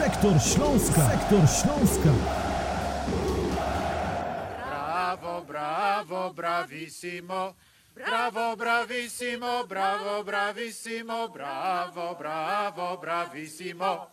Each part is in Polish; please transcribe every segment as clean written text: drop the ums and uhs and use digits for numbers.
Sektor Śląska. Sektor Śląska. Brawo, brawo, bravissimo. Brawo, bravissimo, brawo, bravissimo, brawo, brawo, bravissimo.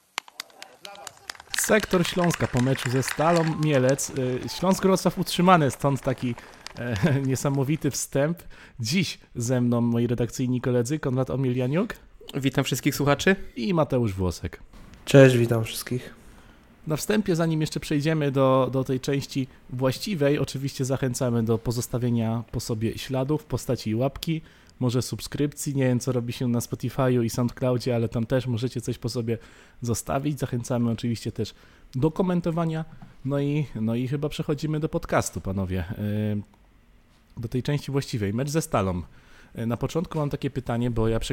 Sektor Śląska po meczu ze Stalą Mielec. Śląsk-Wrocław utrzymany, stąd taki niesamowity wstęp. Dziś ze mną moi redakcyjni koledzy Konrad Omieljaniuk. Witam wszystkich słuchaczy. I Mateusz Włosek. Cześć, witam wszystkich. Na wstępie, zanim jeszcze przejdziemy do tej części właściwej, oczywiście zachęcamy do pozostawienia po sobie śladów w postaci łapki, może subskrypcji. Nie wiem, co robi się na Spotify'u i SoundCloudzie, ale tam też możecie coś po sobie zostawić. Zachęcamy oczywiście też do komentowania. No i chyba przechodzimy do podcastu, panowie. Do tej części właściwej. Mecz ze Stalą. Na początku mam takie pytanie, bo ja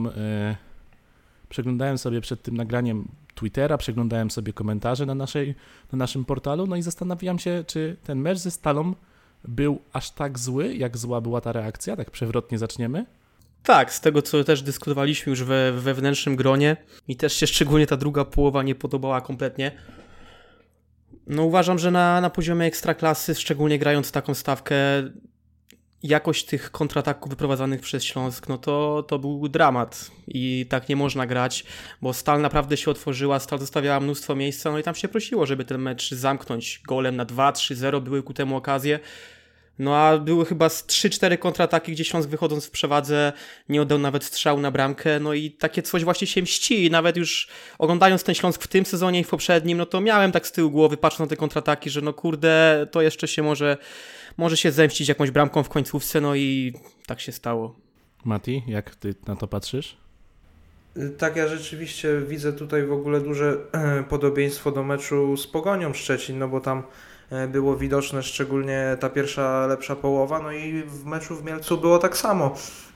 przeglądałem sobie przed tym nagraniem Twittera, przeglądałem sobie komentarze na naszym portalu, no i zastanawiam się, czy ten mecz ze Stalą był aż tak zły, jak zła była ta reakcja? Tak przewrotnie zaczniemy? Tak, z tego co też dyskutowaliśmy już we wewnętrznym gronie, mi też się szczególnie ta druga połowa nie podobała kompletnie. No uważam, że na poziomie ekstraklasy, szczególnie grając taką stawkę, jakość tych kontrataków wyprowadzanych przez Śląsk, no to był dramat i tak nie można grać, bo Stal naprawdę się otworzyła, Stal zostawiała mnóstwo miejsca, no i tam się prosiło, żeby ten mecz zamknąć golem na 2-3-0, były ku temu okazje. No a były chyba z 3-4 kontrataki, gdzie Śląsk wychodząc w przewadze nie oddał nawet strzału na bramkę, no i takie coś właśnie się mści i nawet już oglądając ten Śląsk w tym sezonie i w poprzednim, no to miałem tak z tyłu głowy, patrząc na te kontrataki, że no kurde, to jeszcze się może się zemścić jakąś bramką w końcówce, no i tak się stało. Mati, jak ty na to patrzysz? Tak, ja rzeczywiście widzę tutaj w ogóle duże podobieństwo do meczu z Pogonią Szczecin, no bo tam było widoczne szczególnie ta pierwsza lepsza połowa, no i w meczu w Mielcu było tak samo.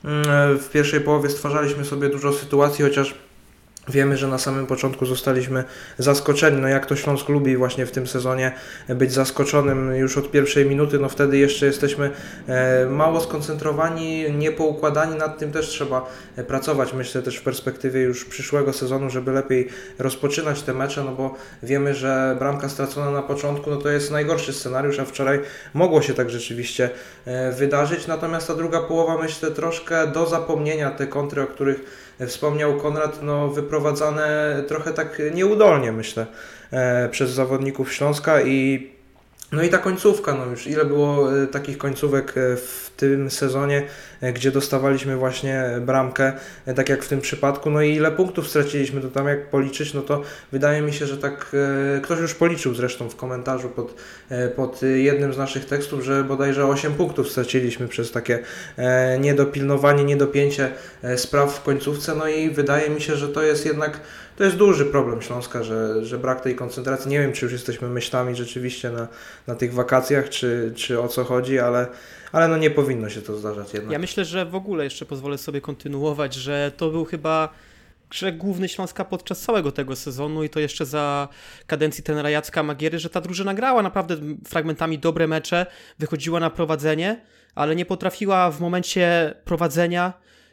W pierwszej połowie stwarzaliśmy sobie dużo sytuacji, chociaż wiemy, że na samym początku zostaliśmy zaskoczeni, no jak to Śląsk lubi właśnie w tym sezonie być zaskoczonym już od pierwszej minuty, no wtedy jeszcze jesteśmy mało skoncentrowani, niepoukładani, nad tym też trzeba pracować, myślę też w perspektywie już przyszłego sezonu, żeby lepiej rozpoczynać te mecze, no bo wiemy, że bramka stracona na początku, no to jest najgorszy scenariusz, a wczoraj mogło się tak rzeczywiście wydarzyć, natomiast ta druga połowa, myślę, troszkę do zapomnienia, te kontry, o których wspomniał Konrad, no wyprowadzane trochę tak nieudolnie, myślę, przez zawodników Śląska i ta końcówka, no już ile było takich końcówek w tym sezonie, gdzie dostawaliśmy właśnie bramkę, tak jak w tym przypadku, no i ile punktów straciliśmy, to tam jak policzyć, no to wydaje mi się, że tak, ktoś już policzył zresztą w komentarzu pod jednym z naszych tekstów, że bodajże 8 punktów straciliśmy przez takie niedopilnowanie, niedopięcie spraw w końcówce, no i wydaje mi się, że to jest jednak duży problem Śląska, że brak tej koncentracji. Nie wiem, czy już jesteśmy myślami rzeczywiście na tych wakacjach, czy o co chodzi, ale no nie powinno się to zdarzać jednak. Ja myślę, że w ogóle jeszcze pozwolę sobie kontynuować, że to był chyba grzech główny Śląska podczas całego tego sezonu i to jeszcze za kadencji trenera Jacka Magiery, że ta drużyna grała naprawdę fragmentami dobre mecze, wychodziła na prowadzenie, ale nie potrafiła w momencie prowadzenia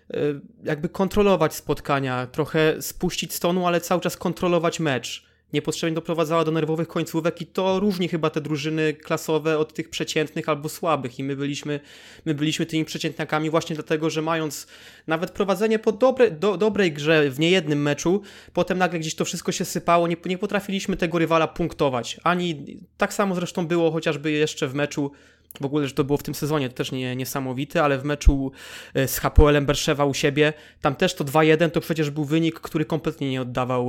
jakby kontrolować spotkania, trochę spuścić z tonu, ale cały czas kontrolować mecz. Niepotrzebnie doprowadzała do nerwowych końcówek i to różni chyba te drużyny klasowe od tych przeciętnych albo słabych i my byliśmy tymi przeciętniakami właśnie dlatego, że mając nawet prowadzenie po dobrej grze w niejednym meczu, potem nagle gdzieś to wszystko się sypało, nie potrafiliśmy tego rywala punktować. Ani tak samo zresztą było chociażby jeszcze w meczu, w ogóle, że to było w tym sezonie, to też niesamowite, ale w meczu z Hapoelem Berszewa u siebie, tam też to 2-1 to przecież był wynik, który kompletnie nie oddawał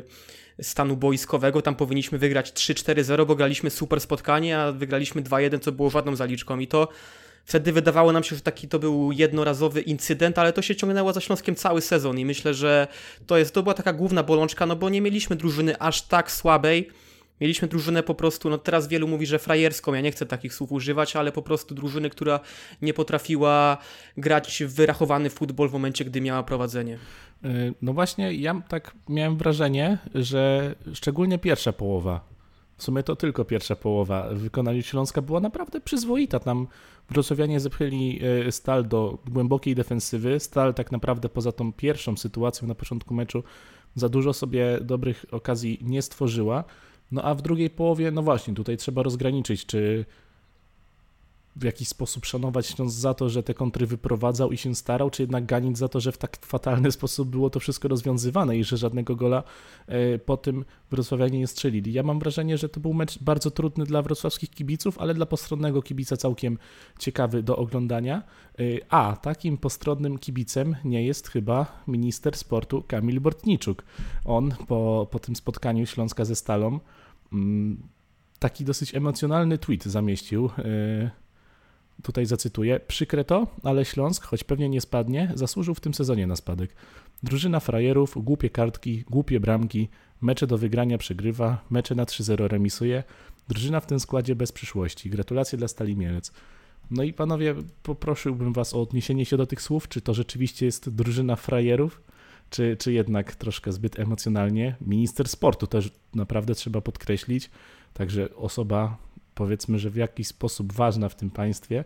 stanu boiskowego, tam powinniśmy wygrać 3-4-0, bo graliśmy super spotkanie, a wygraliśmy 2-1, co było żadną zaliczką i to wtedy wydawało nam się, że taki to był jednorazowy incydent, ale to się ciągnęło za Śląskiem cały sezon i myślę, że to była taka główna bolączka, no bo nie mieliśmy drużyny aż tak słabej. Mieliśmy drużynę po prostu, no teraz wielu mówi, że frajerską, ja nie chcę takich słów używać, ale po prostu drużynę, która nie potrafiła grać w wyrachowany futbol w momencie, gdy miała prowadzenie. No właśnie, ja tak miałem wrażenie, że szczególnie pierwsza połowa, w sumie to tylko pierwsza połowa w wykonaniu Śląska była naprawdę przyzwoita. Tam wrocławianie zepchnęli Stal do głębokiej defensywy. Stal tak naprawdę poza tą pierwszą sytuacją na początku meczu za dużo sobie dobrych okazji nie stworzyła. No a w drugiej połowie, no właśnie, tutaj trzeba rozgraniczyć, czy w jakiś sposób szanować Śląsk za to, że te kontry wyprowadzał i się starał, czy jednak ganić za to, że w tak fatalny sposób było to wszystko rozwiązywane i że żadnego gola po tym wrocławianie nie strzelili. Ja mam wrażenie, że to był mecz bardzo trudny dla wrocławskich kibiców, ale dla postronnego kibica całkiem ciekawy do oglądania. A takim postronnym kibicem nie jest chyba minister sportu Kamil Bortniczuk. On po tym spotkaniu Śląska ze Stalą taki dosyć emocjonalny tweet zamieścił. Tutaj zacytuję: przykre to, ale Śląsk, choć pewnie nie spadnie, zasłużył w tym sezonie na spadek. Drużyna frajerów, głupie kartki, głupie bramki, mecze do wygrania przegrywa, mecze na 3-0 remisuje. Drużyna w tym składzie bez przyszłości. Gratulacje dla Stali Mielec. No i panowie, poprosiłbym was o odniesienie się do tych słów, czy to rzeczywiście jest drużyna frajerów, czy jednak troszkę zbyt emocjonalnie. Minister sportu też naprawdę trzeba podkreślić, także osoba, powiedzmy, że w jakiś sposób ważna w tym państwie,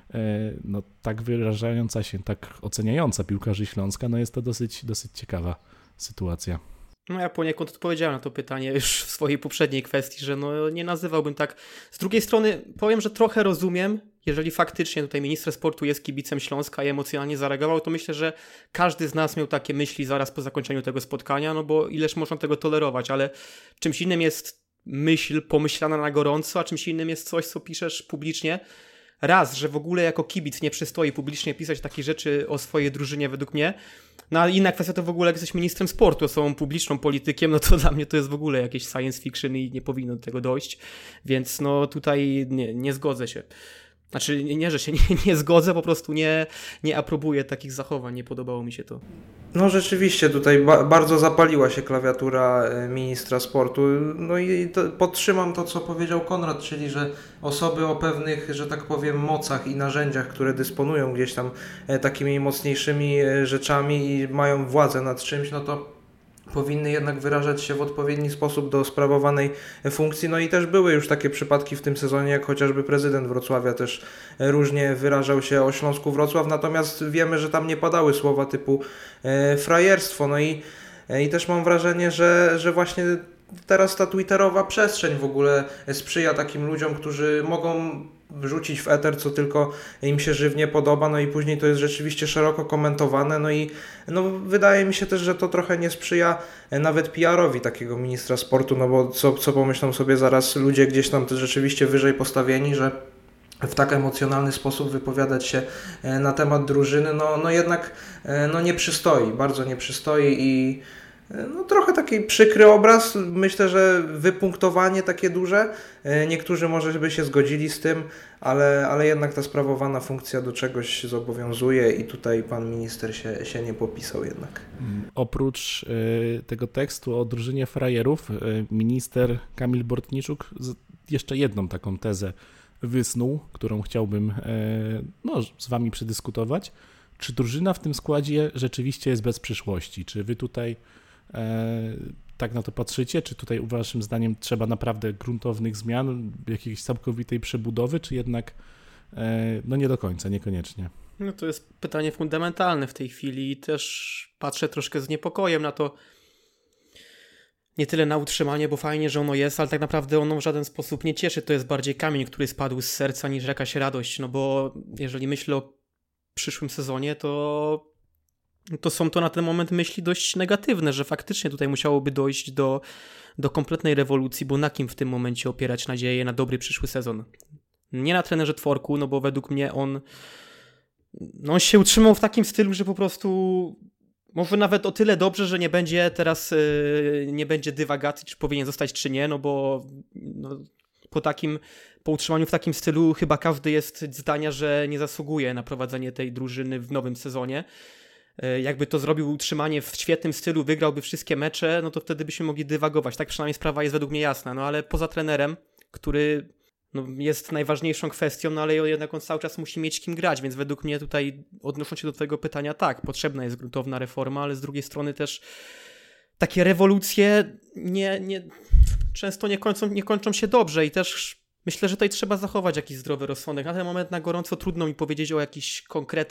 no tak wyrażająca się, tak oceniająca piłkarzy Śląska, no jest to dosyć ciekawa sytuacja. No ja poniekąd odpowiedziałem na to pytanie już w swojej poprzedniej kwestii, że no nie nazywałbym tak. Z drugiej strony powiem, że trochę rozumiem, jeżeli faktycznie tutaj minister sportu jest kibicem Śląska i emocjonalnie zareagował, to myślę, że każdy z nas miał takie myśli zaraz po zakończeniu tego spotkania, no bo ileż można tego tolerować, ale czymś innym jest myśl pomyślana na gorąco, a czymś innym jest coś, co piszesz publicznie. Raz, że w ogóle jako kibic nie przystoi publicznie pisać takich rzeczy o swojej drużynie według mnie. No ale inna kwestia to w ogóle, jak jesteś ministrem sportu, osobą publiczną, politykiem, no to dla mnie to jest w ogóle jakieś science fiction i nie powinno do tego dojść. Więc no tutaj nie zgodzę się. Znaczy nie, że się nie zgodzę, po prostu nie aprobuję takich zachowań, nie podobało mi się to. No rzeczywiście tutaj bardzo zapaliła się klawiatura ministra sportu, no i podtrzymam to, co powiedział Konrad, czyli że osoby o pewnych, że tak powiem, mocach i narzędziach, które dysponują gdzieś tam takimi mocniejszymi rzeczami i mają władzę nad czymś, no to powinny jednak wyrażać się w odpowiedni sposób do sprawowanej funkcji. No i też były już takie przypadki w tym sezonie, jak chociażby prezydent Wrocławia też różnie wyrażał się o Śląsku Wrocław, natomiast wiemy, że tam nie padały słowa typu frajerstwo. No i też mam wrażenie, że właśnie teraz ta twitterowa przestrzeń w ogóle sprzyja takim ludziom, którzy mogą wrzucić w eter, co tylko im się żywnie podoba, no i później to jest rzeczywiście szeroko komentowane, no i wydaje mi się też, że to trochę nie sprzyja nawet PR-owi takiego ministra sportu, no bo co pomyślą sobie zaraz ludzie gdzieś tam też rzeczywiście wyżej postawieni, że w tak emocjonalny sposób wypowiadać się na temat drużyny, no jednak nie przystoi, bardzo nie przystoi i no trochę taki przykry obraz, myślę, że wypunktowanie takie duże, niektórzy może by się zgodzili z tym, ale jednak ta sprawowana funkcja do czegoś zobowiązuje i tutaj pan minister się nie popisał jednak. Oprócz tego tekstu o drużynie frajerów, minister Kamil Bortniczuk jeszcze jedną taką tezę wysnuł, którą chciałbym z wami przedyskutować. Czy drużyna w tym składzie rzeczywiście jest bez przyszłości? Czy wy tutaj tak na to patrzycie? Czy tutaj waszym zdaniem trzeba naprawdę gruntownych zmian, jakiejś całkowitej przebudowy, czy jednak nie do końca, niekoniecznie? No to jest pytanie fundamentalne w tej chwili i też patrzę troszkę z niepokojem na to, nie tyle na utrzymanie, bo fajnie, że ono jest, ale tak naprawdę ono w żaden sposób nie cieszy. To jest bardziej kamień, który spadł z serca niż jakaś radość, no bo jeżeli myślę o przyszłym sezonie, to są to na ten moment myśli dość negatywne, że faktycznie tutaj musiałoby dojść do kompletnej rewolucji, bo na kim w tym momencie opierać nadzieję na dobry przyszły sezon? Nie na trenerze Tworku, no bo według mnie on się utrzymał w takim stylu, że po prostu może nawet o tyle dobrze, że nie będzie teraz nie będzie dywagacji, czy powinien zostać, czy nie, no bo po utrzymaniu w takim stylu chyba każdy jest zdania, że nie zasługuje na prowadzenie tej drużyny w nowym sezonie. Jakby to zrobił utrzymanie w świetnym stylu, wygrałby wszystkie mecze, no to wtedy byśmy mogli dywagować. Tak przynajmniej sprawa jest według mnie jasna. No ale poza trenerem, który jest najważniejszą kwestią, no ale jednak on cały czas musi mieć kim grać, więc według mnie tutaj, odnosząc się do twojego pytania, tak, potrzebna jest gruntowna reforma, ale z drugiej strony też takie rewolucje często nie kończą się dobrze i też myślę, że tutaj trzeba zachować jakiś zdrowy rozsądek. Na ten moment na gorąco trudno mi powiedzieć o jakichś konkretach,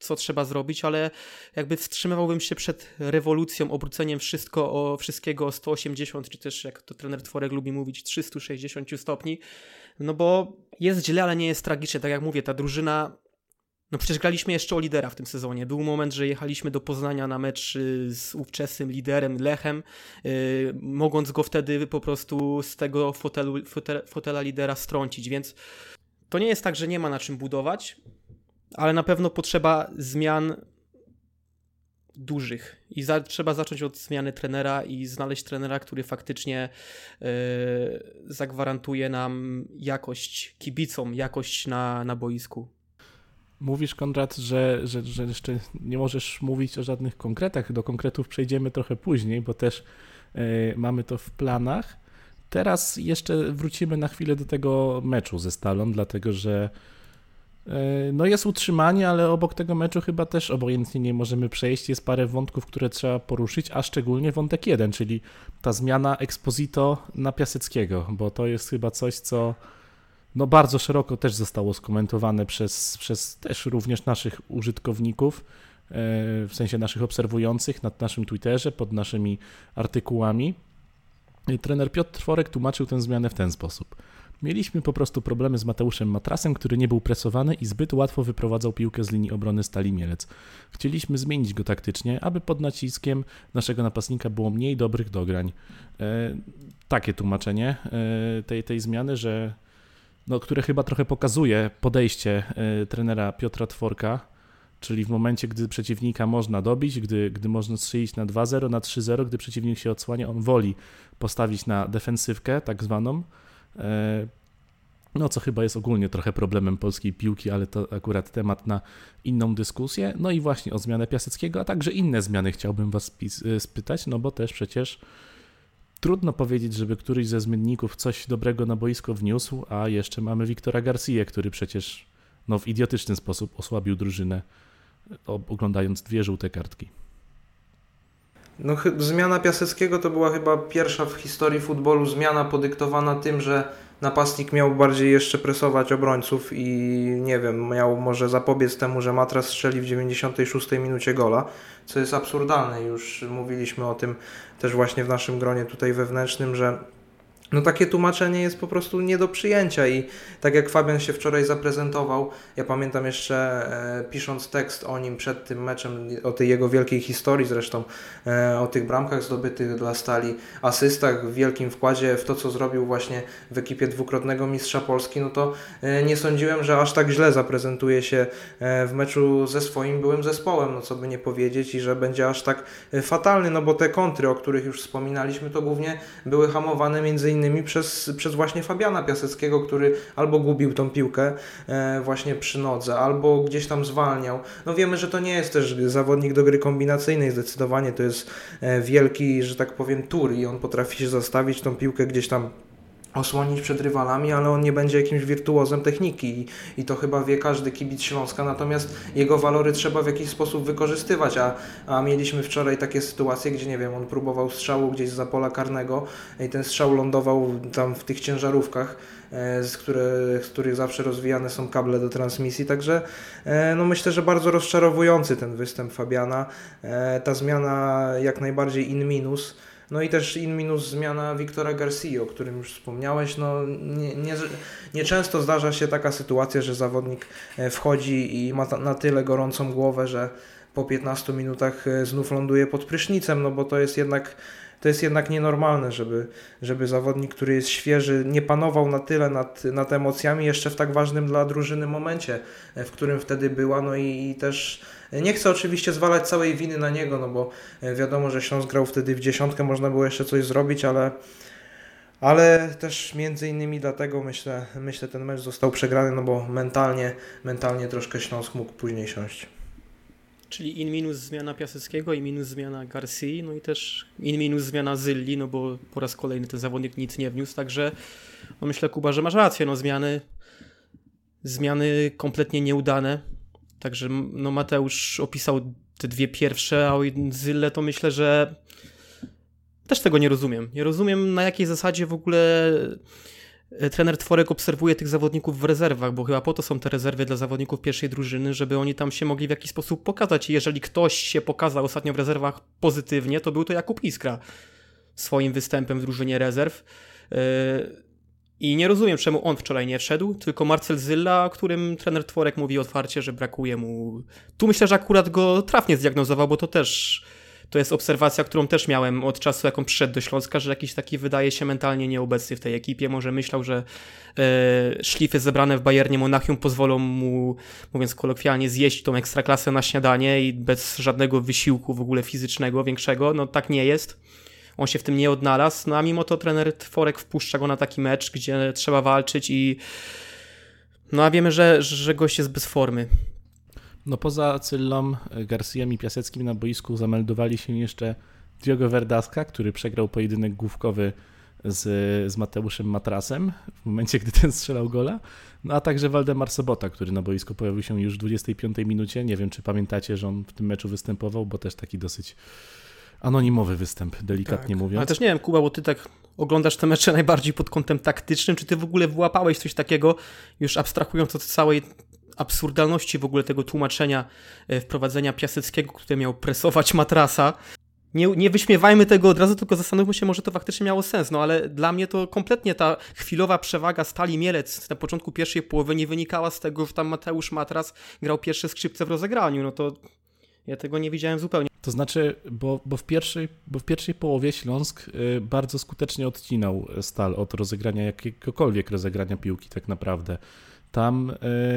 co trzeba zrobić, ale jakby wstrzymywałbym się przed rewolucją, obróceniem wszystkiego o 180, czy też jak to trener Tworek lubi mówić, 360 stopni, no bo jest źle, ale nie jest tragicznie, tak jak mówię, ta drużyna, no przecież graliśmy jeszcze o lidera w tym sezonie, był moment, że jechaliśmy do Poznania na mecz z ówczesnym liderem Lechem, mogąc go wtedy po prostu z tego fotela lidera strącić, więc to nie jest tak, że nie ma na czym budować, ale na pewno potrzeba zmian dużych i trzeba zacząć od zmiany trenera i znaleźć trenera, który faktycznie zagwarantuje nam jakość kibicom, jakość na boisku. Mówisz, Konrad, że jeszcze nie możesz mówić o żadnych konkretach. Do konkretów przejdziemy trochę później, bo też mamy to w planach. Teraz jeszcze wrócimy na chwilę do tego meczu ze Stalą, dlatego że no jest utrzymanie, ale obok tego meczu chyba też obojętnie nie możemy przejść. Jest parę wątków, które trzeba poruszyć, a szczególnie wątek 1, czyli ta zmiana Exposito na Piaseckiego, bo to jest chyba coś, co no bardzo szeroko też zostało skomentowane przez też również naszych użytkowników, w sensie naszych obserwujących na naszym Twitterze, pod naszymi artykułami. Trener Piotr Tworek tłumaczył tę zmianę w ten sposób. Mieliśmy po prostu problemy z Mateuszem Matrasem, który nie był presowany i zbyt łatwo wyprowadzał piłkę z linii obrony Stali Mielec. Chcieliśmy zmienić go taktycznie, aby pod naciskiem naszego napastnika było mniej dobrych dograń. Takie tłumaczenie tej zmiany, że no, które chyba trochę pokazuje podejście trenera Piotra Tworka, czyli w momencie, gdy przeciwnika można dobić, gdy można strzelić na 2-0, na 3-0, gdy przeciwnik się odsłania, on woli postawić na defensywkę tak zwaną, no co chyba jest ogólnie trochę problemem polskiej piłki, ale to akurat temat na inną dyskusję. No i właśnie o zmianę Piaseckiego, a także inne zmiany chciałbym was spytać, no bo też przecież trudno powiedzieć, żeby któryś ze zmienników coś dobrego na boisko wniósł, a jeszcze mamy Wiktora García, który przecież no, w idiotyczny sposób osłabił drużynę, oglądając 2 żółte kartki. No, zmiana Piaseckiego to była chyba pierwsza w historii futbolu zmiana podyktowana tym, że napastnik miał bardziej jeszcze presować obrońców i nie wiem, miał może zapobiec temu, że Matras strzeli w 96 minucie gola, co jest absurdalne. Już mówiliśmy o tym też właśnie w naszym gronie tutaj wewnętrznym, że no takie tłumaczenie jest po prostu nie do przyjęcia i tak jak Fabian się wczoraj zaprezentował, ja pamiętam jeszcze pisząc tekst o nim przed tym meczem, o tej jego wielkiej historii zresztą, o tych bramkach zdobytych dla Stali, asystach, w wielkim wkładzie w to, co zrobił właśnie w ekipie dwukrotnego mistrza Polski, no to nie sądziłem, że aż tak źle zaprezentuje się w meczu ze swoim byłym zespołem, no co by nie powiedzieć, i że będzie aż tak fatalny, no bo te kontry, o których już wspominaliśmy, to głównie były hamowane między innymi przez właśnie Fabiana Piaseckiego, który albo gubił tą piłkę właśnie przy nodze, albo gdzieś tam zwalniał. No wiemy, że to nie jest też zawodnik do gry kombinacyjnej, zdecydowanie to jest wielki, że tak powiem, tur i on potrafi się zastawić tą piłkę gdzieś tam osłonić przed rywalami, ale on nie będzie jakimś wirtuozem techniki i to chyba wie każdy kibic Śląska, natomiast jego walory trzeba w jakiś sposób wykorzystywać, a mieliśmy wczoraj takie sytuacje, gdzie nie wiem, on próbował strzału gdzieś zza pola karnego i ten strzał lądował tam w tych ciężarówkach, z których zawsze rozwijane są kable do transmisji, także no myślę, że bardzo rozczarowujący ten występ Fabiana, ta zmiana jak najbardziej in minus. No i też in minus zmiana Wiktora García, o którym już wspomniałeś. No, nie często zdarza się taka sytuacja, że zawodnik wchodzi i ma na tyle gorącą głowę, że po 15 minutach znów ląduje pod prysznicem, no bo to jest jednak nienormalne, żeby zawodnik, który jest świeży, nie panował na tyle nad emocjami jeszcze w tak ważnym dla drużyny momencie, w którym wtedy była. No i też nie chcę oczywiście zwalać całej winy na niego, no bo wiadomo, że Śląsk grał wtedy w 10, można było jeszcze coś zrobić, ale też między innymi dlatego myślę ten mecz został przegrany, no bo mentalnie troszkę Śląsk mógł później siąść. Czyli in minus zmiana Piaseckiego, in minus zmiana García, no i też in minus zmiana Zylli, no bo po raz kolejny ten zawodnik nic nie wniósł, także no myślę, Kuba, że masz rację, no zmiany kompletnie nieudane, także no Mateusz opisał te 2 pierwsze, a o Zylle to myślę, że też tego nie rozumiem. Nie rozumiem, na jakiej zasadzie w ogóle trener Tworek obserwuje tych zawodników w rezerwach, bo chyba po to są te rezerwy dla zawodników pierwszej drużyny, żeby oni tam się mogli w jakiś sposób pokazać. I jeżeli ktoś się pokazał ostatnio w rezerwach pozytywnie, to był to Jakub Iskra swoim występem w drużynie rezerw. I nie rozumiem, czemu on wczoraj nie wszedł, tylko Marcel Zylla, o którym trener Tworek mówi otwarcie, że brakuje mu... Tu myślę, że akurat go trafnie zdiagnozował, bo to jest obserwacja, którą też miałem od czasu, jak on przyszedł do Śląska, że jakiś taki wydaje się mentalnie nieobecny w tej ekipie. Może myślał, że szlify zebrane w Bayernie Monachium pozwolą mu, mówiąc kolokwialnie, zjeść tą ekstraklasę na śniadanie i bez żadnego wysiłku w ogóle fizycznego większego. No tak nie jest. On się w tym nie odnalazł, no a mimo to trener Tworek wpuszcza go na taki mecz, gdzie trzeba walczyć i no a wiemy, że gość jest bez formy. No poza Cyllą, Garcją i Piaseckim na boisku zameldowali się jeszcze Diogo Verdaska, który przegrał pojedynek główkowy z Mateuszem Matrasem w momencie, gdy ten strzelał gola, no a także Waldemar Sobota, który na boisku pojawił się już w 25 minucie. Nie wiem, czy pamiętacie, że on w tym meczu występował, bo też taki dosyć anonimowy występ, delikatnie mówiąc. Ale też nie wiem, Kuba, bo ty tak oglądasz te mecze najbardziej pod kątem taktycznym, czy ty w ogóle wyłapałeś coś takiego, już abstrahując od całej absurdalności w ogóle tego tłumaczenia wprowadzenia Piaseckiego, który miał presować Matrasa. Nie wyśmiewajmy tego od razu, tylko zastanówmy się, może to faktycznie miało sens, no ale dla mnie to kompletnie ta chwilowa przewaga Stali Mielec na początku pierwszej połowy nie wynikała z tego, że tam Mateusz Matras grał pierwsze skrzypce w rozegraniu, no to ja tego nie widziałem zupełnie. To znaczy, bo w pierwszej połowie Śląsk bardzo skutecznie odcinał Stal od rozegrania jakiegokolwiek rozegrania piłki tak naprawdę. Tam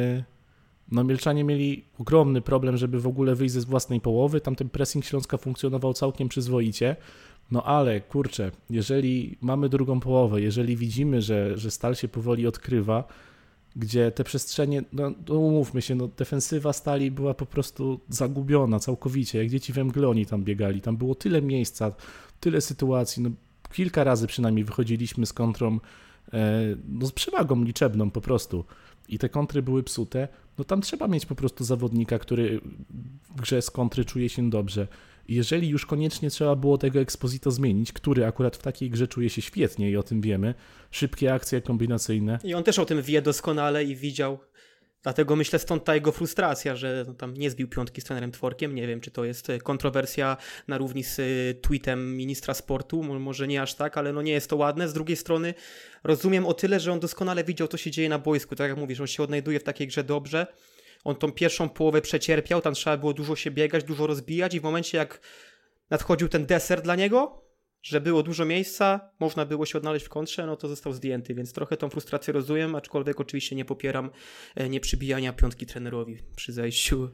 no Mielczanie mieli ogromny problem, żeby w ogóle wyjść ze własnej połowy. Tam ten pressing Śląska funkcjonował całkiem przyzwoicie. No ale kurczę, jeżeli mamy drugą połowę, jeżeli widzimy, że Stal się powoli odkrywa, gdzie te przestrzenie, no umówmy się, no defensywa Stali była po prostu zagubiona całkowicie, jak dzieci we mgle oni tam biegali, tam było tyle miejsca, tyle sytuacji, no kilka razy przynajmniej wychodziliśmy z kontrą, no z przewagą liczebną po prostu i te kontry były psute, no tam trzeba mieć po prostu zawodnika, który w grze z kontry czuje się dobrze. Jeżeli już koniecznie trzeba było tego Exposito zmienić, który akurat w takiej grze czuje się świetnie i o tym wiemy, szybkie akcje kombinacyjne. I on też o tym wie doskonale i widział, dlatego myślę stąd ta jego frustracja, że tam nie zbił piątki z trenerem Tworkiem. Nie wiem, czy to jest kontrowersja na równi z tweetem ministra sportu, może nie aż tak, ale no nie jest to ładne. Z drugiej strony rozumiem o tyle, że on doskonale widział, co się dzieje na boisku. Tak jak mówisz, on się odnajduje w takiej grze dobrze. On tą pierwszą połowę przecierpiał, tam trzeba było dużo się biegać, dużo rozbijać i w momencie jak nadchodził ten deser dla niego, że było dużo miejsca, można było się odnaleźć w kontrze, no to został zdjęty, więc trochę tą frustrację rozumiem, aczkolwiek oczywiście nie popieram nieprzybijania piątki trenerowi przy zejściu.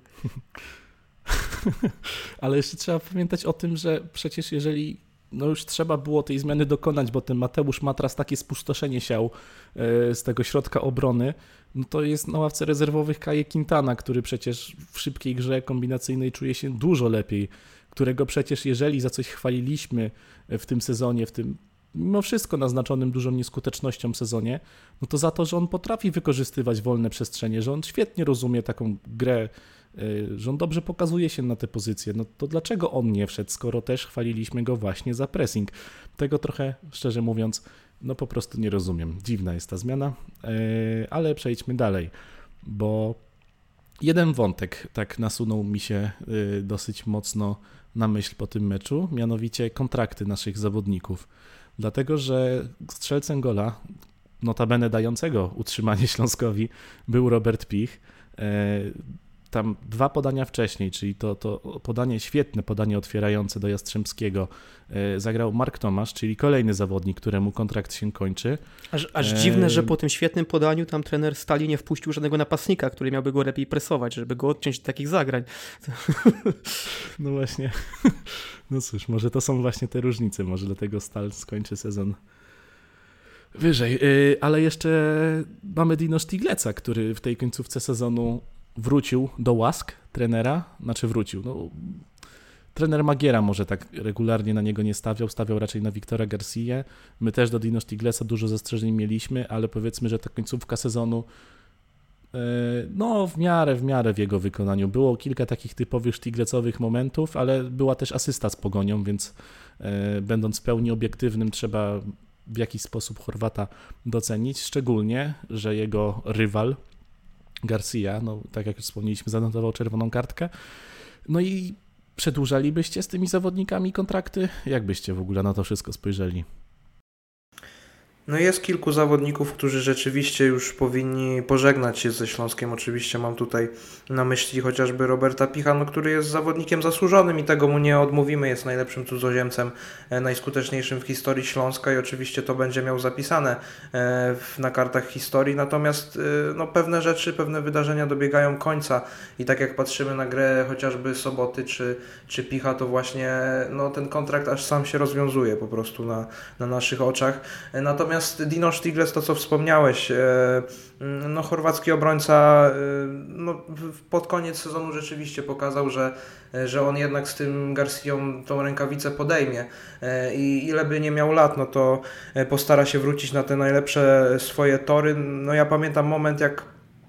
Ale jeszcze trzeba pamiętać o tym, że przecież jeżeli no już trzeba było tej zmiany dokonać, bo ten Mateusz Matras takie spustoszenie siał z tego środka obrony, no to jest na ławce rezerwowych Kaje Quintana, który przecież w szybkiej grze kombinacyjnej czuje się dużo lepiej, którego przecież jeżeli za coś chwaliliśmy w tym sezonie, w tym mimo wszystko naznaczonym dużą nieskutecznością sezonie, no to za to, że on potrafi wykorzystywać wolne przestrzenie, że on świetnie rozumie taką grę, że on dobrze pokazuje się na te pozycje, no to dlaczego on nie wszedł, skoro też chwaliliśmy go właśnie za pressing? Tego trochę, szczerze mówiąc, no po prostu nie rozumiem. Dziwna jest ta zmiana, ale przejdźmy dalej, bo jeden wątek tak nasunął mi się dosyć mocno na myśl po tym meczu, mianowicie kontrakty naszych zawodników. Dlatego, że strzelcem gola, notabene dającego utrzymanie Śląskowi, był Robert Pich. Tam 2 podania wcześniej, czyli to podanie, świetne podanie otwierające do Jastrzębskiego, zagrał Mark Tomasz, czyli kolejny zawodnik, któremu kontrakt się kończy. Aż dziwne, że po tym świetnym podaniu tam trener Stali nie wpuścił żadnego napastnika, który miałby go lepiej presować, żeby go odciąć od takich zagrań. No właśnie. No cóż, może to są właśnie te różnice, może dlatego Stal skończy sezon wyżej. Ale jeszcze mamy Dino Sztigleca, który w tej końcówce sezonu wrócił do łask trenera, no trener Magiera może tak regularnie na niego nie stawiał raczej na Wiktora Garcję. My też do Dino Sztigleca dużo zastrzeżeń mieliśmy, ale powiedzmy, że ta końcówka sezonu no w miarę w jego wykonaniu. Było kilka takich typowych sztiglecowych momentów, ale była też asysta z Pogonią, więc będąc w pełni obiektywnym trzeba w jakiś sposób Chorwata docenić, szczególnie, że jego rywal Garcia, no tak jak już wspomnieliśmy, zanotował czerwoną kartkę. No i przedłużalibyście z tymi zawodnikami kontrakty? Jak byście w ogóle na to wszystko spojrzeli? No jest kilku zawodników, którzy rzeczywiście już powinni pożegnać się ze Śląskiem. Oczywiście mam tutaj na myśli chociażby Roberta Picha, no, który jest zawodnikiem zasłużonym i tego mu nie odmówimy. Jest najlepszym cudzoziemcem, najskuteczniejszym w historii Śląska i oczywiście to będzie miał zapisane na kartach historii. Natomiast no, pewne rzeczy, pewne wydarzenia dobiegają końca i tak jak patrzymy na grę chociażby Soboty czy Picha, to właśnie no, ten kontrakt aż sam się rozwiązuje po prostu na naszych oczach. Natomiast Dino Stiglec, to co wspomniałeś, no chorwacki obrońca no, pod koniec sezonu rzeczywiście pokazał, że on jednak z tym Garcią tą rękawicę podejmie i ile by nie miał lat, no to postara się wrócić na te najlepsze swoje tory. No ja pamiętam moment, jak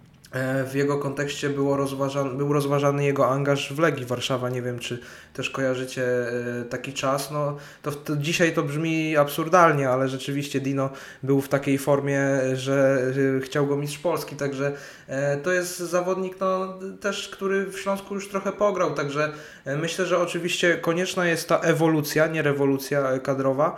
w jego kontekście był rozważany jego angaż w Legii Warszawa. Nie wiem, czy też kojarzycie taki czas. No, to dzisiaj to brzmi absurdalnie, ale rzeczywiście Dino był w takiej formie, że chciał go mistrz Polski. Także to jest zawodnik no, też, który w Śląsku już trochę pograł. Także myślę, że oczywiście konieczna jest ta ewolucja, nie rewolucja kadrowa,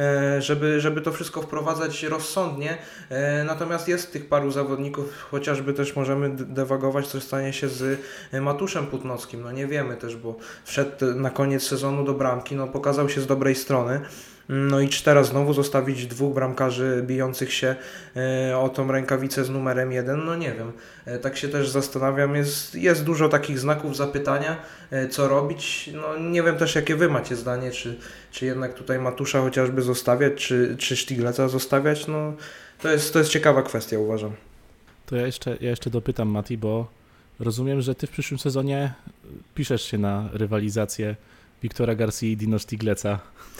żeby to wszystko wprowadzać rozsądnie. Natomiast jest tych paru zawodników, chociażby też możemy dywagować, co stanie się z Matuszem Putnockim. No nie wiemy też, bo wszedł na koniec sezonu do bramki, no pokazał się z dobrej strony. No i czy teraz znowu zostawić dwóch bramkarzy bijących się o tą rękawicę z numerem 1? No nie wiem. Tak się też zastanawiam. Jest dużo takich znaków zapytania, co robić. No nie wiem też, jakie wy macie zdanie, czy jednak tutaj Matusza chociażby zostawiać, czy Stigleca zostawiać. No to jest ciekawa kwestia, uważam. To ja jeszcze dopytam, Mati, bo rozumiem, że ty w przyszłym sezonie piszesz się na rywalizację Wiktora Garcia i Dino Stigleca.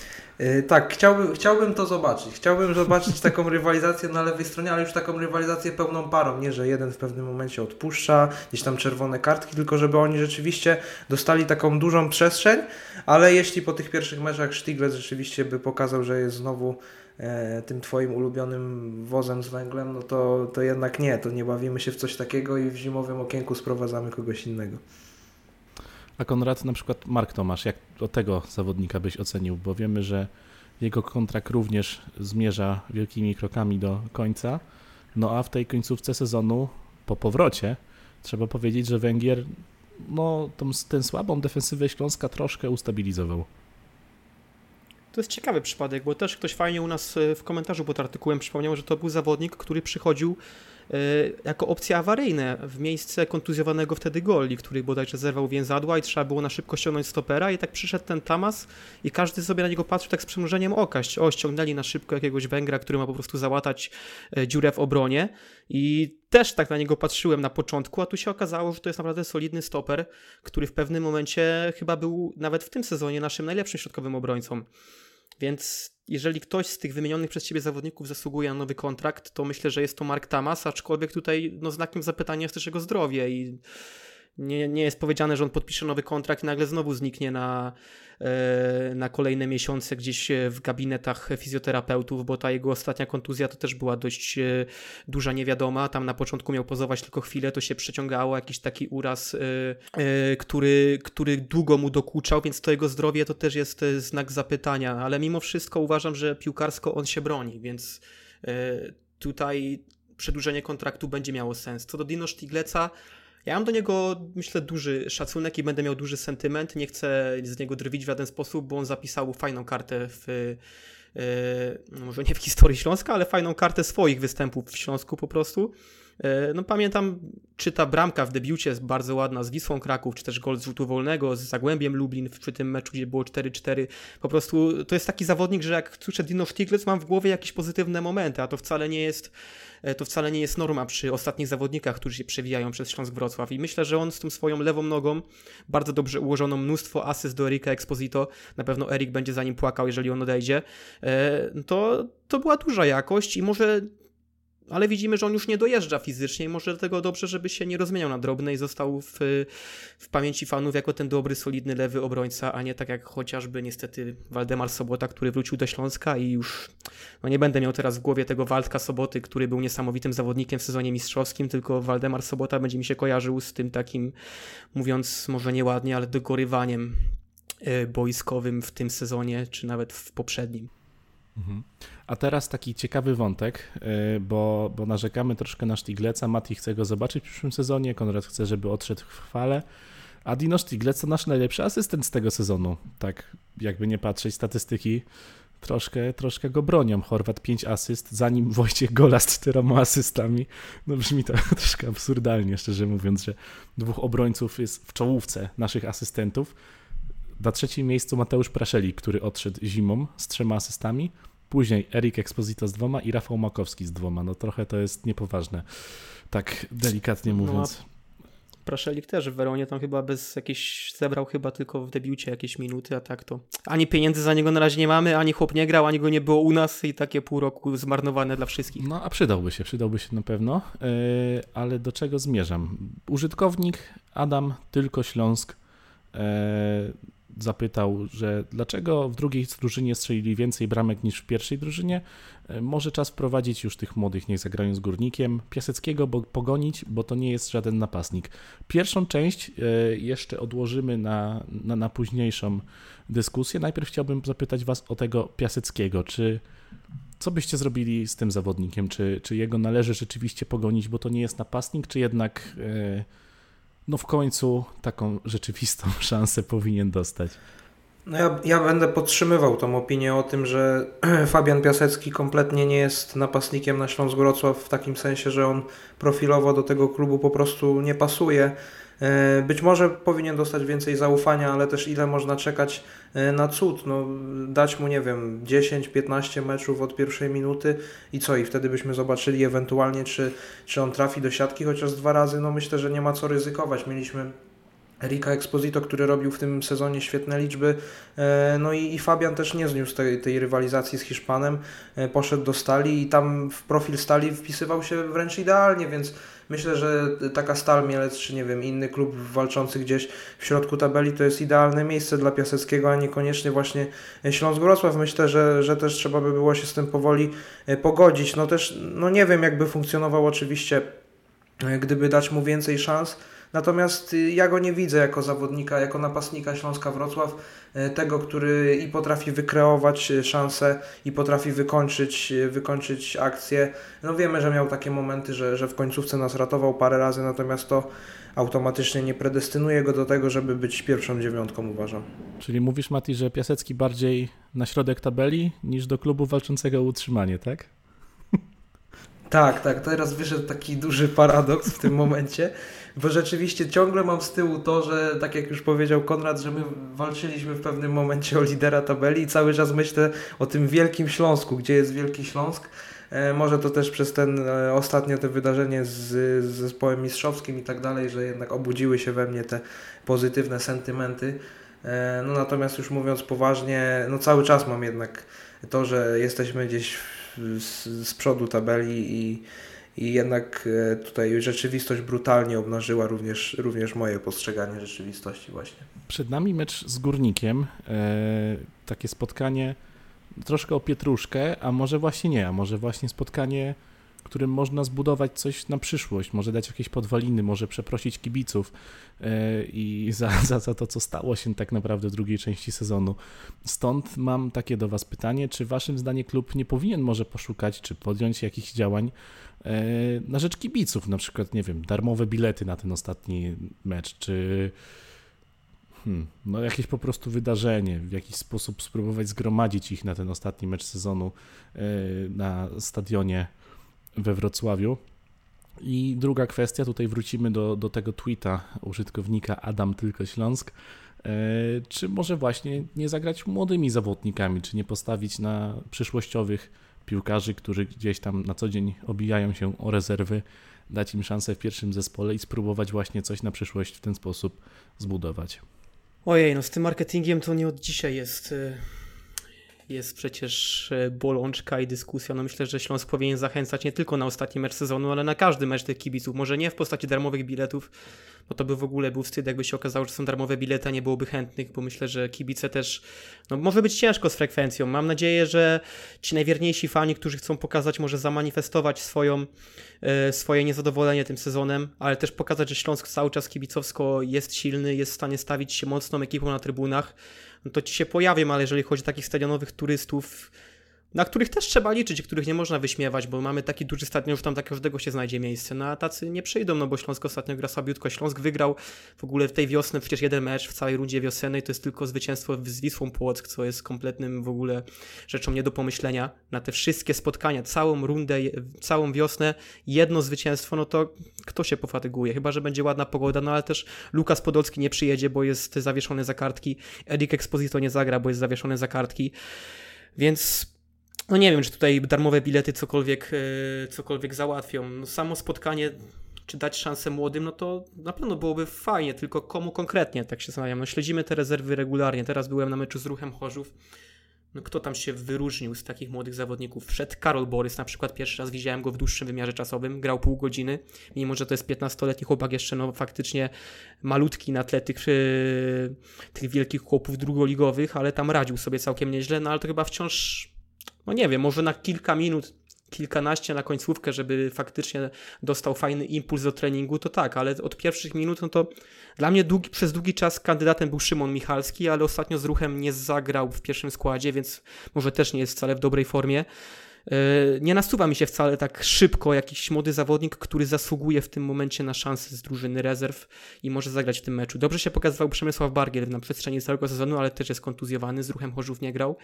Tak, chciałbym to zobaczyć. Chciałbym zobaczyć taką rywalizację na lewej stronie, ale już taką rywalizację pełną parą. Nie, że jeden w pewnym momencie odpuszcza, gdzieś tam czerwone kartki, tylko żeby oni rzeczywiście dostali taką dużą przestrzeń, ale jeśli po tych pierwszych meczach Stiglec rzeczywiście by pokazał, że jest znowu tym twoim ulubionym wozem z węglem, no to jednak nie, to nie bawimy się w coś takiego i w zimowym okienku sprowadzamy kogoś innego. A Konrad, na przykład Mark Tomasz, jak do tego zawodnika byś ocenił? Bo wiemy, że jego kontrakt również zmierza wielkimi krokami do końca, no a w tej końcówce sezonu, po powrocie, trzeba powiedzieć, że Węgier no, tę słabą defensywę Śląska troszkę ustabilizował. To jest ciekawy przypadek, bo też ktoś fajnie u nas w komentarzu pod artykułem przypomniał, że to był zawodnik, który przychodził jako opcja awaryjna w miejsce kontuzjowanego wtedy Golli, który bodajże zerwał więzadła i trzeba było na szybko ściągnąć stopera i tak przyszedł ten Tamas i każdy sobie na niego patrzył tak z przymrużeniem oka. Ściągnęli na szybko jakiegoś Węgra, który ma po prostu załatać dziurę w obronie i też tak na niego patrzyłem na początku, a tu się okazało, że to jest naprawdę solidny stoper, który w pewnym momencie chyba był nawet w tym sezonie naszym najlepszym środkowym obrońcą. Więc jeżeli ktoś z tych wymienionych przez Ciebie zawodników zasługuje na nowy kontrakt, to myślę, że jest to Mark Tamas, aczkolwiek tutaj no, znakiem zapytania jest też jego zdrowie i nie jest powiedziane, że on podpisze nowy kontrakt i nagle znowu zniknie na kolejne miesiące gdzieś w gabinetach fizjoterapeutów, bo ta jego ostatnia kontuzja to też była dość duża niewiadoma. Tam na początku miał pozować tylko chwilę, to się przeciągało, jakiś taki uraz, który długo mu dokuczał, więc to jego zdrowie to też jest znak zapytania, ale mimo wszystko uważam, że piłkarsko on się broni, więc tutaj przedłużenie kontraktu będzie miało sens. Co do Dino Stigleca, ja mam do niego, myślę, duży szacunek i będę miał duży sentyment. Nie chcę z niego drwić w żaden sposób, bo on zapisał fajną kartę może nie w historii Śląska, ale fajną kartę swoich występów w Śląsku po prostu. No pamiętam, czy ta bramka w debiucie jest bardzo ładna z Wisłą Kraków, czy też gol z rzutu wolnego z Zagłębiem Lublin przy tym meczu, gdzie było 4-4. Po prostu to jest taki zawodnik, że jak słyszę Dino Stiglec, mam w głowie jakieś pozytywne momenty, a to wcale nie jest norma przy ostatnich zawodnikach, którzy się przewijają przez Śląsk Wrocław. I myślę, że on z tą swoją lewą nogą, bardzo dobrze ułożoną, mnóstwo asyst do Erika Exposito, na pewno Erik będzie za nim płakał, jeżeli on odejdzie, to była duża jakość i może ale widzimy, że on już nie dojeżdża fizycznie i może dlatego dobrze, żeby się nie rozmieniał na drobne i został w pamięci fanów jako ten dobry, solidny lewy obrońca, a nie tak jak chociażby niestety Waldemar Sobota, który wrócił do Śląska i już nie będę miał teraz w głowie tego Waldka Soboty, który był niesamowitym zawodnikiem w sezonie mistrzowskim, tylko Waldemar Sobota będzie mi się kojarzył z tym takim, mówiąc może nieładnie, ale dogorywaniem boiskowym w tym sezonie, czy nawet w poprzednim. A teraz taki ciekawy wątek, bo narzekamy troszkę na Sztigleca. Mati chce go zobaczyć w przyszłym sezonie, Konrad chce, żeby odszedł w chwale, a Dino Sztiglec to nasz najlepszy asystent z tego sezonu. Tak jakby nie patrzeć, statystyki troszkę go bronią. Chorwat 5 asyst, zanim Wojciech Gola z 4 asystami. No brzmi to troszkę absurdalnie, szczerze mówiąc, że 2 obrońców jest w czołówce naszych asystentów. Na 3. miejscu Mateusz Praszeli, który odszedł zimą z 3 asystami. Później Erik Exposito z 2 i Rafał Makowski z 2. No trochę to jest niepoważne, tak delikatnie mówiąc. Praszelik też w Weronie tam chyba zebrał chyba tylko w debiucie jakieś minuty, a tak to ani pieniędzy za niego na razie nie mamy, ani chłop nie grał, ani go nie było u nas i takie pół roku zmarnowane dla wszystkich. No a przydałby się na pewno, ale do czego zmierzam? Użytkownik Adam Tylko Śląsk zapytał, że dlaczego w drugiej drużynie strzelili więcej bramek niż w pierwszej drużynie. Może czas wprowadzić już tych młodych, niech zagrają z Górnikiem. Piaseckiego pogonić, bo to nie jest żaden napastnik. Pierwszą część jeszcze odłożymy na późniejszą dyskusję. Najpierw chciałbym zapytać was o tego Piaseckiego. Co byście zrobili z tym zawodnikiem? Czy jego należy rzeczywiście pogonić, bo to nie jest napastnik, czy jednak w końcu taką rzeczywistą szansę powinien dostać? No ja będę podtrzymywał tą opinię o tym, że Fabian Piasecki kompletnie nie jest napastnikiem na Śląsk Wrocław w takim sensie, że on profilowo do tego klubu po prostu nie pasuje. Być może powinien dostać więcej zaufania, ale też ile można czekać na cud. No, dać mu, 10-15 meczów od pierwszej minuty i co? I wtedy byśmy zobaczyli ewentualnie, czy on trafi do siatki chociaż 2 razy. No myślę, że nie ma co ryzykować. Mieliśmy Erika Exposito, który robił w tym sezonie świetne liczby, no i Fabian też nie zniósł tej rywalizacji z Hiszpanem, poszedł do Stali i tam w profil Stali wpisywał się wręcz idealnie, więc myślę, że taka Stal Mielec, czy inny klub walczący gdzieś w środku tabeli to jest idealne miejsce dla Piaseckiego, a niekoniecznie właśnie Śląsk Wrocław. Myślę, że też trzeba by było się z tym powoli pogodzić. Nie wiem, jakby funkcjonował oczywiście, gdyby dać mu więcej szans. Natomiast ja go nie widzę jako zawodnika, jako napastnika Śląska Wrocław, tego, który i potrafi wykreować szansę i potrafi wykończyć akcję. No wiemy, że miał takie momenty, że w końcówce nas ratował parę razy, natomiast to automatycznie nie predestynuje go do tego, żeby być pierwszą 9, uważam. Czyli mówisz, Mati, że Piasecki bardziej na środek tabeli niż do klubu walczącego o utrzymanie, tak? Tak. Teraz wyszedł taki duży paradoks w tym momencie, bo rzeczywiście ciągle mam z tyłu to, że tak jak już powiedział Konrad, że my walczyliśmy w pewnym momencie o lidera tabeli i cały czas myślę o tym Wielkim Śląsku, gdzie jest Wielki Śląsk. Może to też przez ostatnio te wydarzenie z zespołem mistrzowskim i tak dalej, że jednak obudziły się we mnie te pozytywne sentymenty. No natomiast już mówiąc poważnie, no cały czas mam jednak to, że jesteśmy gdzieś z przodu tabeli i jednak tutaj rzeczywistość brutalnie obnażyła również moje postrzeganie rzeczywistości właśnie. Przed nami mecz z Górnikiem, takie spotkanie troszkę o pietruszkę, a może właśnie nie, a może właśnie spotkanie, którym można zbudować coś na przyszłość, może dać jakieś podwaliny, może przeprosić kibiców i za to, co stało się tak naprawdę w drugiej części sezonu. Stąd mam takie do was pytanie, czy waszym zdaniem klub nie powinien może poszukać, czy podjąć jakichś działań na rzecz kibiców, na przykład, darmowe bilety na ten ostatni mecz, czy jakieś po prostu wydarzenie, w jakiś sposób spróbować zgromadzić ich na ten ostatni mecz sezonu na stadionie we Wrocławiu. I druga kwestia, tutaj wrócimy do tego tweeta użytkownika Adam Tylko Śląsk, czy może właśnie nie zagrać młodymi zawodnikami, czy nie postawić na przyszłościowych piłkarzy, którzy gdzieś tam na co dzień obijają się o rezerwy, dać im szansę w pierwszym zespole i spróbować właśnie coś na przyszłość w ten sposób zbudować. Ojej, z tym marketingiem to nie od dzisiaj jest. jest przecież bolączka i dyskusja. No myślę, że Śląsk powinien zachęcać nie tylko na ostatni mecz sezonu, ale na każdy mecz tych kibiców. Może nie w postaci darmowych biletów, bo to by w ogóle był wstyd, jakby się okazało, że są darmowe bilety, a nie byłoby chętnych, bo myślę, że kibice też, no może być ciężko z frekwencją. Mam nadzieję, że ci najwierniejsi fani, którzy chcą pokazać, może zamanifestować swoje niezadowolenie tym sezonem, ale też pokazać, że Śląsk cały czas kibicowsko jest silny, jest w stanie stawić się mocną ekipą na trybunach, no to ci się pojawią, ale jeżeli chodzi o takich stadionowych turystów, na których też trzeba liczyć, których nie można wyśmiewać, bo mamy taki duży stadion, że tam dla każdego się znajdzie miejsce, no a tacy nie przyjdą, no bo Śląsk ostatnio gra słabiutko. Śląsk wygrał w ogóle w tej wiosny przecież jeden mecz w całej rundzie wiosennej, to jest tylko zwycięstwo z Wisłą Płock, co jest kompletnym w ogóle rzeczą nie do pomyślenia. Na te wszystkie spotkania, całą rundę, całą wiosnę, jedno zwycięstwo, no to kto się pofatyguje? Chyba że będzie ładna pogoda, no ale też Lukas Podolski nie przyjedzie, bo jest zawieszony za kartki, Erik Exposito nie zagra, bo jest zawieszony za kartki, więc no nie wiem, czy tutaj darmowe bilety cokolwiek załatwią. No samo spotkanie, czy dać szansę młodym, no to na pewno byłoby fajnie, tylko komu konkretnie, tak się zastanawiam. No śledzimy te rezerwy regularnie. Teraz byłem na meczu z Ruchem Chorzów. No kto tam się wyróżnił z takich młodych zawodników? Wszedł Karol Borys, na przykład pierwszy raz widziałem go w dłuższym wymiarze czasowym, grał pół godziny, mimo że to jest 15-letni chłopak jeszcze, no faktycznie malutki na tle tych wielkich chłopów drugoligowych, ale tam radził sobie całkiem nieźle, no ale to chyba wciąż, no nie wiem, może na kilka minut, kilkanaście na końcówkę, żeby faktycznie dostał fajny impuls do treningu, to tak, ale od pierwszych minut, no to dla mnie przez długi czas kandydatem był Szymon Michalski, ale ostatnio z Ruchem nie zagrał w pierwszym składzie, więc może też nie jest wcale w dobrej formie. Nie nasuwa mi się wcale tak szybko jakiś młody zawodnik, który zasługuje w tym momencie na szansę z drużyny rezerw i może zagrać w tym meczu. Dobrze się pokazywał Przemysław Bargiel na przestrzeni całego sezonu, ale też jest kontuzjowany, z Ruchem Chorzów nie grał.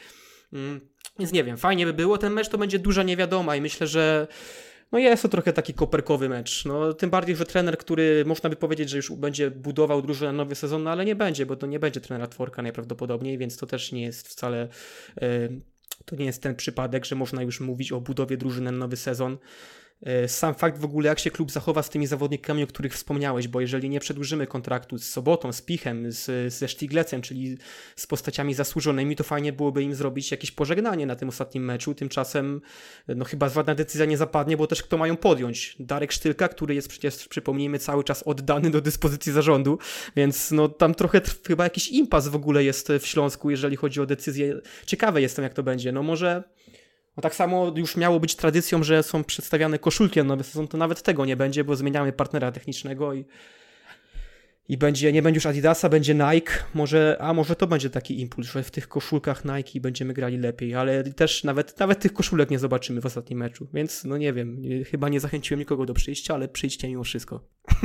Więc nie wiem, fajnie by było, ten mecz to będzie duża niewiadoma i myślę, że no jest to trochę taki koperkowy mecz. No, tym bardziej, że trener, który można by powiedzieć, że już będzie budował drużynę na nowy sezon, no ale nie będzie, bo to nie będzie trenera Tworka najprawdopodobniej, więc to też nie jest wcale to nie jest ten przypadek, że można już mówić o budowie drużyny na nowy sezon. Sam fakt w ogóle, jak się klub zachowa z tymi zawodnikami, o których wspomniałeś, bo jeżeli nie przedłużymy kontraktu z Sobotą, z Pichem, ze Sztiglecem, czyli z postaciami zasłużonymi, to fajnie byłoby im zrobić jakieś pożegnanie na tym ostatnim meczu. Tymczasem no chyba żadna decyzja nie zapadnie, bo też kto mają podjąć? Darek Sztylka, który jest przecież, przypomnijmy, cały czas oddany do dyspozycji zarządu, więc no tam trochę chyba jakiś impas w ogóle jest w Śląsku, jeżeli chodzi o decyzję. Ciekawy jestem, jak to będzie. No może... No tak samo już miało być tradycją, że są przedstawiane koszulki na nowy sezon, to nawet tego nie będzie, bo zmieniamy partnera technicznego i nie będzie już Adidasa, będzie Nike, może to będzie taki impuls, że w tych koszulkach Nike będziemy grali lepiej, ale też nawet tych koszulek nie zobaczymy w ostatnim meczu, więc no nie wiem, chyba nie zachęciłem nikogo do przyjścia, ale przyjdźcie mimo wszystko.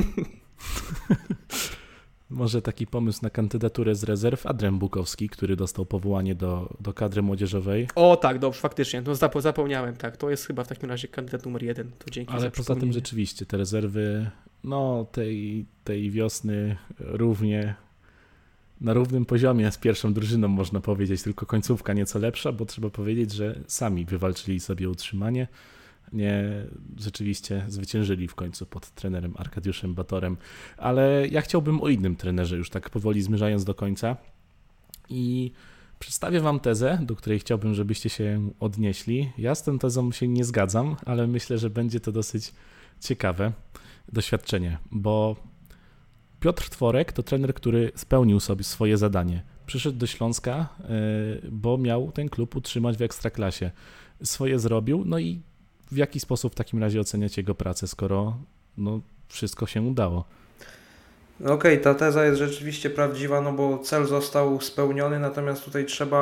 Może taki pomysł na kandydaturę z rezerw, Adrian Bukowski, który dostał powołanie do kadry młodzieżowej. O tak, dobrze, faktycznie, no zapomniałem, tak, to jest chyba w takim razie kandydat numer 1, to dzięki ale za poza tym rzeczywiście te rezerwy, no tej wiosny równie na równym poziomie z pierwszą drużyną można powiedzieć, tylko końcówka nieco lepsza, bo trzeba powiedzieć, że sami wywalczyli sobie utrzymanie. Nie, rzeczywiście zwyciężyli w końcu pod trenerem Arkadiuszem Batorem, ale ja chciałbym o innym trenerze, już tak powoli zmierzając do końca, i przedstawię wam tezę, do której chciałbym, żebyście się odnieśli. Ja z tą tezą się nie zgadzam, ale myślę, że będzie to dosyć ciekawe doświadczenie, bo Piotr Tworek to trener, który spełnił sobie swoje zadanie. Przyszedł do Śląska, bo miał ten klub utrzymać w Ekstraklasie. Swoje zrobił, no i w jaki sposób w takim razie oceniać jego pracę, skoro no, wszystko się udało? Okej, ta teza jest rzeczywiście prawdziwa, no bo cel został spełniony, natomiast tutaj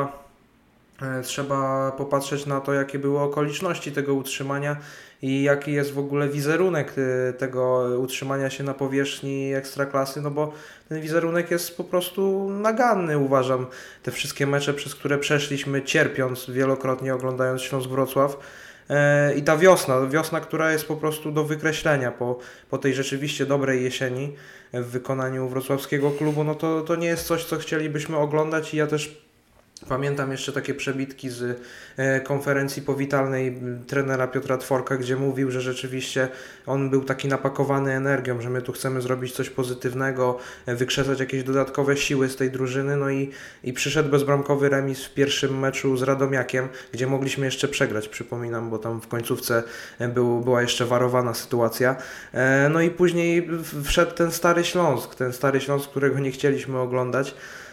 trzeba popatrzeć na to, jakie były okoliczności tego utrzymania i jaki jest w ogóle wizerunek tego utrzymania się na powierzchni Ekstraklasy, no bo ten wizerunek jest po prostu naganny, uważam. Te wszystkie mecze, przez które przeszliśmy, cierpiąc wielokrotnie, oglądając Śląsk Wrocław, i ta wiosna, która jest po prostu do wykreślenia po tej rzeczywiście dobrej jesieni w wykonaniu wrocławskiego klubu, no to nie jest coś, co chcielibyśmy oglądać i ja też Pamiętam jeszcze takie przebitki z konferencji powitalnej trenera Piotra Tworka, gdzie mówił, że rzeczywiście on był taki napakowany energią, że my tu chcemy zrobić coś pozytywnego, wykrzesać jakieś dodatkowe siły z tej drużyny, no i przyszedł bezbramkowy remis w pierwszym meczu z Radomiakiem, gdzie mogliśmy jeszcze przegrać, przypominam, bo tam w końcówce była jeszcze warowana sytuacja. No i później wszedł ten Stary Śląsk, którego nie chcieliśmy oglądać.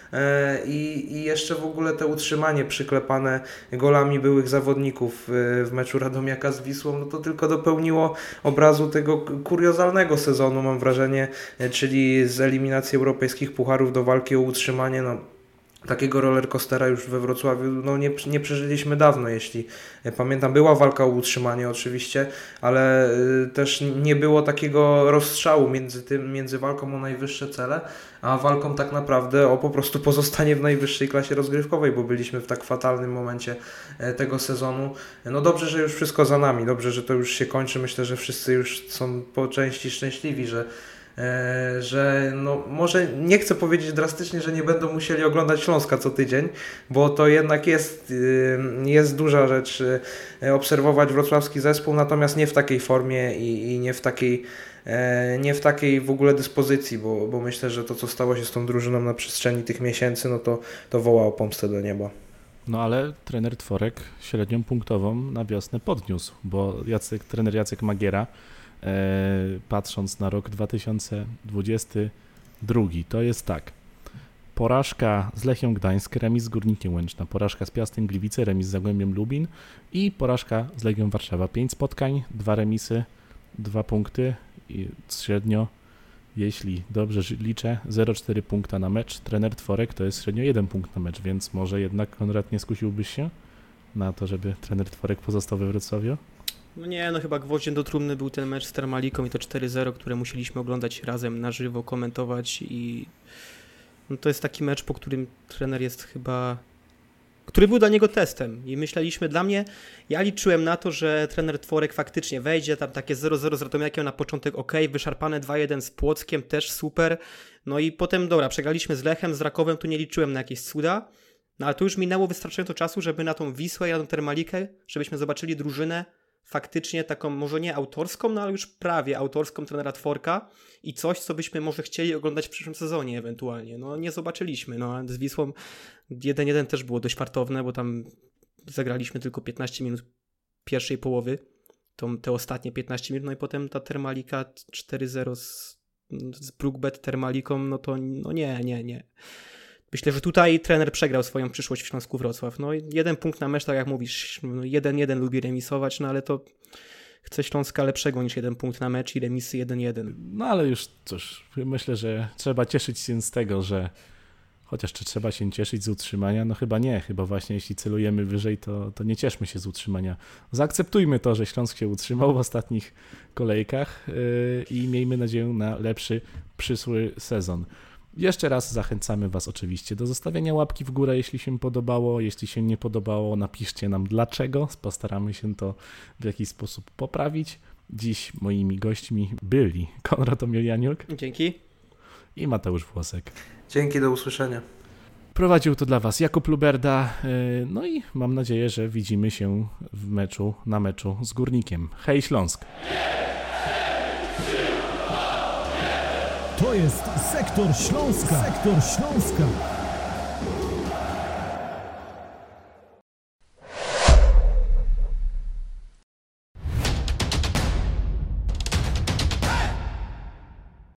I jeszcze w ogóle te utrzymanie przyklepane golami byłych zawodników w meczu Radomiaka z Wisłą, no to tylko dopełniło obrazu tego kuriozalnego sezonu, mam wrażenie, czyli z eliminacji europejskich pucharów do walki o utrzymanie. No, takiego rollercoastera już we Wrocławiu nie przeżyliśmy dawno, jeśli pamiętam. Była walka o utrzymanie oczywiście, ale też nie było takiego rozstrzału między walką o najwyższe cele, a walką tak naprawdę o po prostu pozostanie w najwyższej klasie rozgrywkowej, bo byliśmy w tak fatalnym momencie tego sezonu. No dobrze, że już wszystko za nami, dobrze, że to już się kończy. Myślę, że wszyscy już są po części szczęśliwi, że no może nie chcę powiedzieć drastycznie, że nie będą musieli oglądać Śląska co tydzień, bo to jednak jest duża rzecz obserwować wrocławski zespół, natomiast nie w takiej formie i nie w takiej w ogóle dyspozycji, bo myślę, że to co stało się z tą drużyną na przestrzeni tych miesięcy, no to woła o pomstę do nieba. No ale trener Tworek średnią punktową na wiosnę podniósł, bo trener Jacek Magiera, patrząc na rok 2022, to jest tak: porażka z Lechią Gdańsk, remis z Górnikiem Łęczna, porażka z Piastem Gliwice, remis z Zagłębiem Lubin i porażka z Legią Warszawa. 5 spotkań, 2 remisy, 2 punkty i średnio, jeśli dobrze liczę, 0,4 punkta na mecz. Trener Tworek to jest średnio 1 punkt na mecz, więc może jednak, Konrad, nie skusiłbyś się na to, żeby trener Tworek pozostał we Wrocławiu? No nie, no chyba gwoździem do trumny był ten mecz z Termaliką i to 4-0, które musieliśmy oglądać razem na żywo, komentować i no to jest taki mecz, po którym trener jest chyba, który był dla niego testem i myśleliśmy, ja liczyłem na to, że trener Tworek faktycznie wejdzie, tam takie 0-0 z Radomiakiem na początek wyszarpane 2-1 z Płockiem, też super, no i potem dobra, przegraliśmy z Lechem, z Rakowem, tu nie liczyłem na jakieś cuda, no ale to już minęło wystarczająco czasu, żeby na tą Wisłę i na tą Termalikę, żebyśmy zobaczyli drużynę faktycznie taką, może nie autorską, no ale już prawie autorską trenera Tworka i coś, co byśmy może chcieli oglądać w przyszłym sezonie ewentualnie. No nie zobaczyliśmy, no z Wisłą 1-1 też było dość fartowne, bo tam zagraliśmy tylko 15 minut pierwszej połowy, te ostatnie 15 minut, no i potem ta Termalika 4-0 z Brookbet Termaliką, no to no nie. Myślę, że tutaj trener przegrał swoją przyszłość w Śląsku Wrocław. No 1 punkt na mecz, tak jak mówisz, 1-1 lubi remisować, no ale to chce Śląska lepszego niż 1 punkt na mecz i remisy 1-1. No ale już cóż, myślę, że trzeba cieszyć się z tego, że chociaż czy trzeba się cieszyć z utrzymania? No chyba nie, chyba właśnie jeśli celujemy wyżej, to nie cieszmy się z utrzymania. Zaakceptujmy to, że Śląsk się utrzymał w ostatnich kolejkach i miejmy nadzieję na lepszy przyszły sezon. Jeszcze raz zachęcamy Was oczywiście do zostawienia łapki w górę, jeśli się podobało. Jeśli się nie podobało, napiszcie nam dlaczego. Postaramy się to w jakiś sposób poprawić. Dziś moimi gośćmi byli Konrad Omieljaniuk. Dzięki. I Mateusz Włosek. Dzięki, do usłyszenia. Prowadził to dla Was Jakub Luberda. No i mam nadzieję, że widzimy się na meczu z Górnikiem. Hej Śląsk! To jest Sektor Śląska. Sektor Śląska.